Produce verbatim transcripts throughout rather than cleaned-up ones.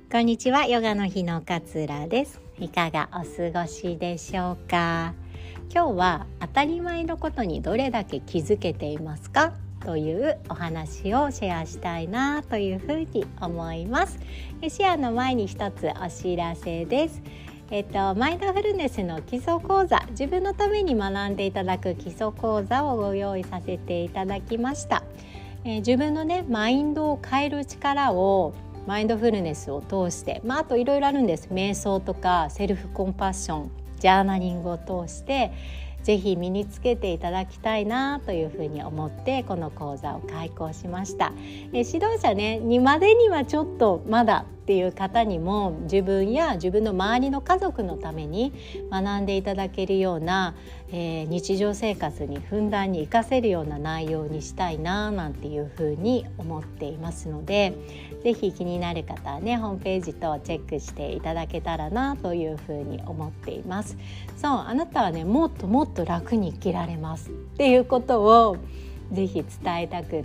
こんにちは、ヨガの日の勝浦です。いかがお過ごしでしょうか。今日は当たり前のことにどれだけ気づけていますかというお話をシェアしたいなというふうに思います。シェアの前に一つお知らせです。えっと、マインドフルネスの基礎講座、自分のために学んでいただく基礎講座をご用意させていただきました。えー、自分のねマインドを変える力をマインドフルネスを通して、まあ、あといろいろあるんです。瞑想とかセルフコンパッション、ジャーナリングを通してぜひ身につけていただきたいなというふうに思ってこの講座を開講しました。え指導者ねにまでにはちょっとまだっていう方にも、自分や自分の周りの家族のために学んでいただけるような、えー、日常生活にふんだんに活かせるような内容にしたいななんていうふうに思っていますので、ぜひ気になる方はねホームページとチェックしていただけたらなというふうに思っています。そう、あなたはねもっともっと楽に生きられますっていうことをぜひ伝えたくって、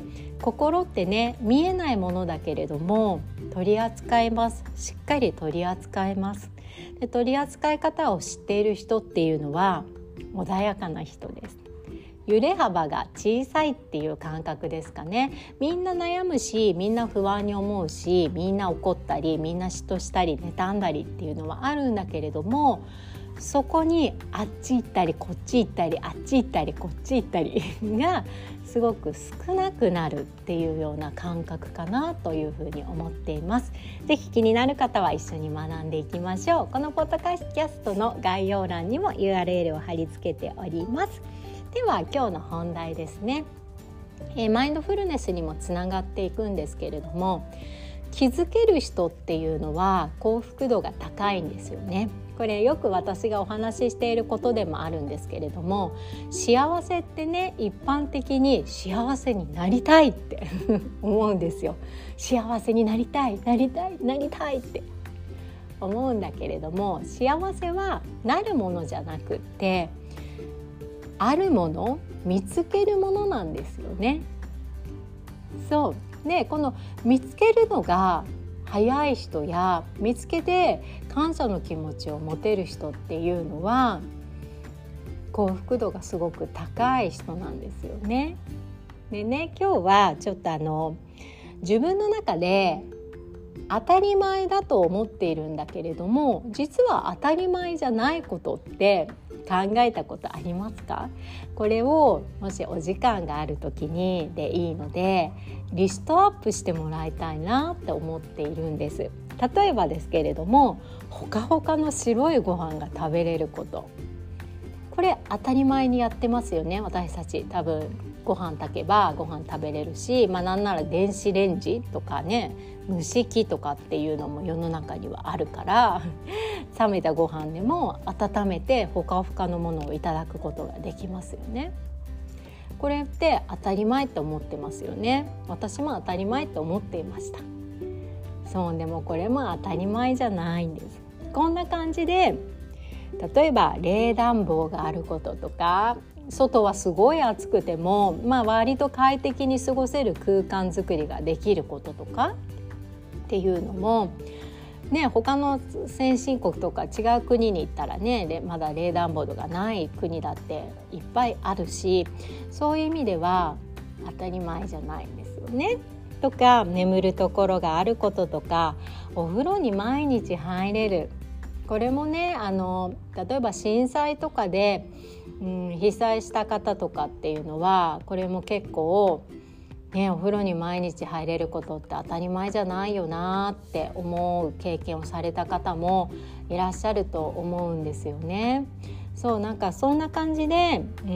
心ってね見えないものだけれども取り扱います。しっかり取り扱います。で取り扱い方を知っている人っていうのは穏やかな人です。揺れ幅が小さいっていう感覚ですかね。みんな悩むし、みんな不安に思うし、みんな怒ったり、みんな嫉妬したり妬んだりっていうのはあるんだけれども、そこにあっち行ったりこっち行ったりあっち行ったりこっち行ったりがすごく少なくなるっていうような感覚かなというふうに思っています。ぜひ気になる方は一緒に学んでいきましょう。このポッドキャストの概要欄にも ユーアールエル を貼り付けております。では今日の本題ですね。えー、マインドフルネスにもつながっていくんですけれども、気づける人っていうのは幸福度が高いんですよね。これよく私がお話ししていることでもあるんですけれども、幸せってね一般的に幸せになりたいって思うんですよ。幸せになりたいなりたいなりたいって思うんだけれども、幸せはなるものじゃなくってあるもの、見つけるものなんですよね。そうね、この見つけるのが早い人や見つけて感謝の気持ちを持てる人っていうのは幸福度がすごく高い人なんですよね。でね、今日はちょっとあの自分の中で当たり前だと思っているんだけれども、実は当たり前じゃないことって考えたことありますか？これをもしお時間がある時にでいいのでリストアップしてもらいたいなって思っているんです。例えばですけれども、ほかほかの白いご飯が食べれること、これ当たり前にやってますよね。私たち多分ご飯炊けばご飯食べれるし、まあなんなら電子レンジとかね、蒸し器とかっていうのも世の中にはあるから冷めたご飯でも温めてほかほかのものをいただくことができますよね。これって当たり前って思ってますよね。私も当たり前って思っていました。そう、でもこれも当たり前じゃないんです。こんな感じで、例えば冷暖房があることとか、外はすごい暑くても、まあ、割と快適に過ごせる空間づくりができることとかっていうのもね、他の先進国とか違う国に行ったらねまだ冷暖房がない国だっていっぱいあるし、そういう意味では当たり前じゃないんですよね。とか眠るところがあることとか、お風呂に毎日入れる、これもねあの例えば震災とかで、うん、被災した方とかっていうのはこれも結構ね、お風呂に毎日入れることって当たり前じゃないよなって思う経験をされた方もいらっしゃると思うんですよね。そう、なんかそんな感じで、うん、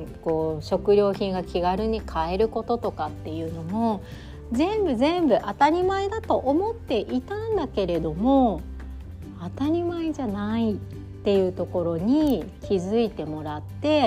こう食料品が気軽に買えることとかっていうのも全部全部当たり前だと思っていたんだけれども、当たり前じゃないっていうところに気づいてもらって、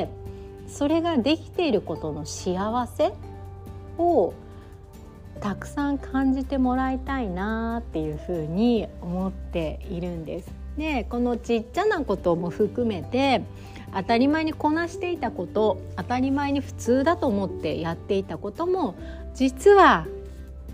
それができていることの幸せをたくさん感じてもらいたいなっていうふうに思っているんです。で、このちっちゃなことも含めて当たり前にこなしていたこと、当たり前に普通だと思ってやっていたことも実は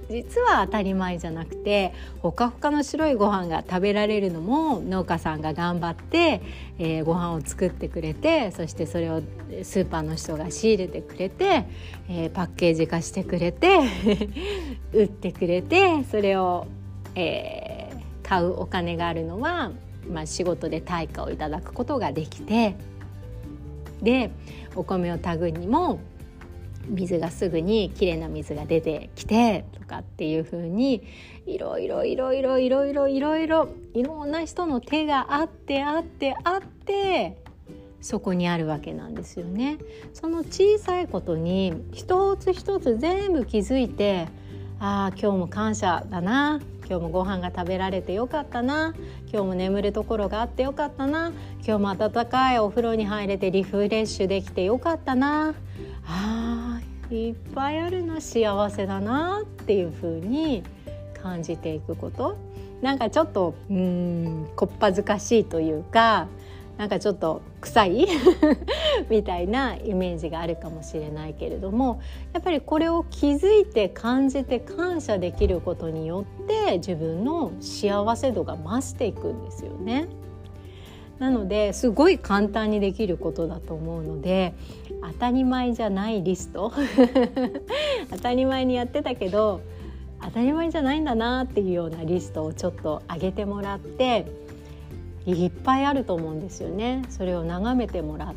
実は当たり前じゃなくて、ほかほかの白いご飯が食べられるのも農家さんが頑張って、えー、ご飯を作ってくれて、そしてそれをスーパーの人が仕入れてくれて、えー、パッケージ化してくれて売ってくれて、それを、えー、買うお金があるのは、まあ、仕事で対価をいただくことができて、でお米を炊くにも水がすぐにきれいな水が出てきてとかっていう風に、いろいろいろいろいろいろいろいろいろんな人の手があってあってあってそこにあるわけなんですよね。その小さいことに一つ一つ全部気づいて、ああ今日も感謝だな、今日もご飯が食べられてよかったな、今日も眠るところがあってよかったな、今日も温かいお風呂に入れてリフレッシュできてよかったな、あいっぱいあるな、幸せだなっていう風に感じていくこと。なんかちょっとうーんこっぱずかしいというか、なんかちょっと臭いみたいなイメージがあるかもしれないけれども、やっぱりこれを気づいて感じて感謝できることによって自分の幸せ度が増していくんですよね。なのですごい簡単にできることだと思うので、当たり前じゃないリスト当たり前にやってたけど当たり前じゃないんだなっていうようなリストをちょっと上げてもらって、いっぱいあると思うんですよね。それを眺めてもらって、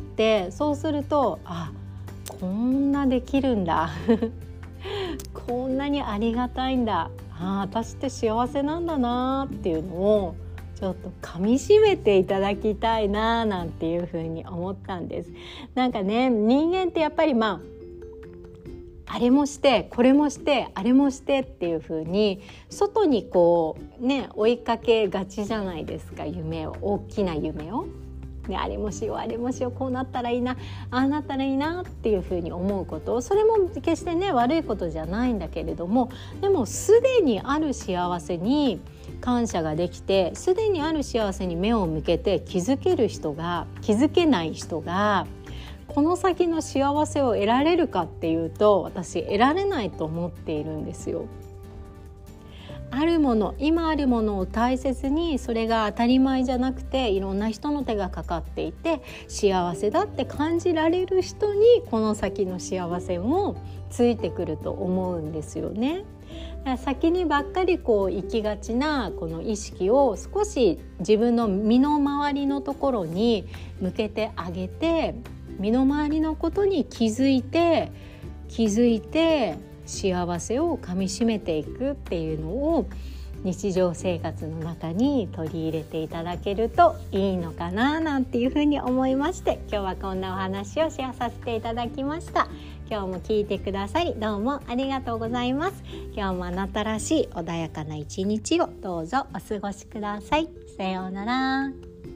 そうすると、あ、こんなできるんだこんなにありがたいんだ、あ、私って幸せなんだなっていうのをちょっと噛み締めていただきたいななんていうふうに思ったんです。なんかね、人間ってやっぱりまああれもしてこれもしてあれもしてっていう風に外にこうね追いかけがちじゃないですか。夢を、大きな夢を、ね、あれもしようあれもしよう、こうなったらいいな、ああなったらいいなっていう風に思うこと、それも決してね悪いことじゃないんだけれども、でもすでにある幸せに感謝ができて、すでにある幸せに目を向けて気づける人が、気づけない人がこの先の幸せを得られるかっていうと、私得られないと思っているんですよ。あるもの、今あるものを大切に、それが当たり前じゃなくていろんな人の手がかかっていて幸せだって感じられる人にこの先の幸せもついてくると思うんですよね。先にばっかりこう行きがちなこの意識を少し自分の身の回りのところに向けてあげて、身の回りのことに気づいて気づいて幸せをかみしめていくっていうのを日常生活の中に取り入れていただけるといいのかななんていうふうに思いまして、今日はこんなお話をシェアさせていただきました。今日も聞いてくださりどうもありがとうございます。今日もあなたらしい穏やかな一日をどうぞお過ごしください。さようなら。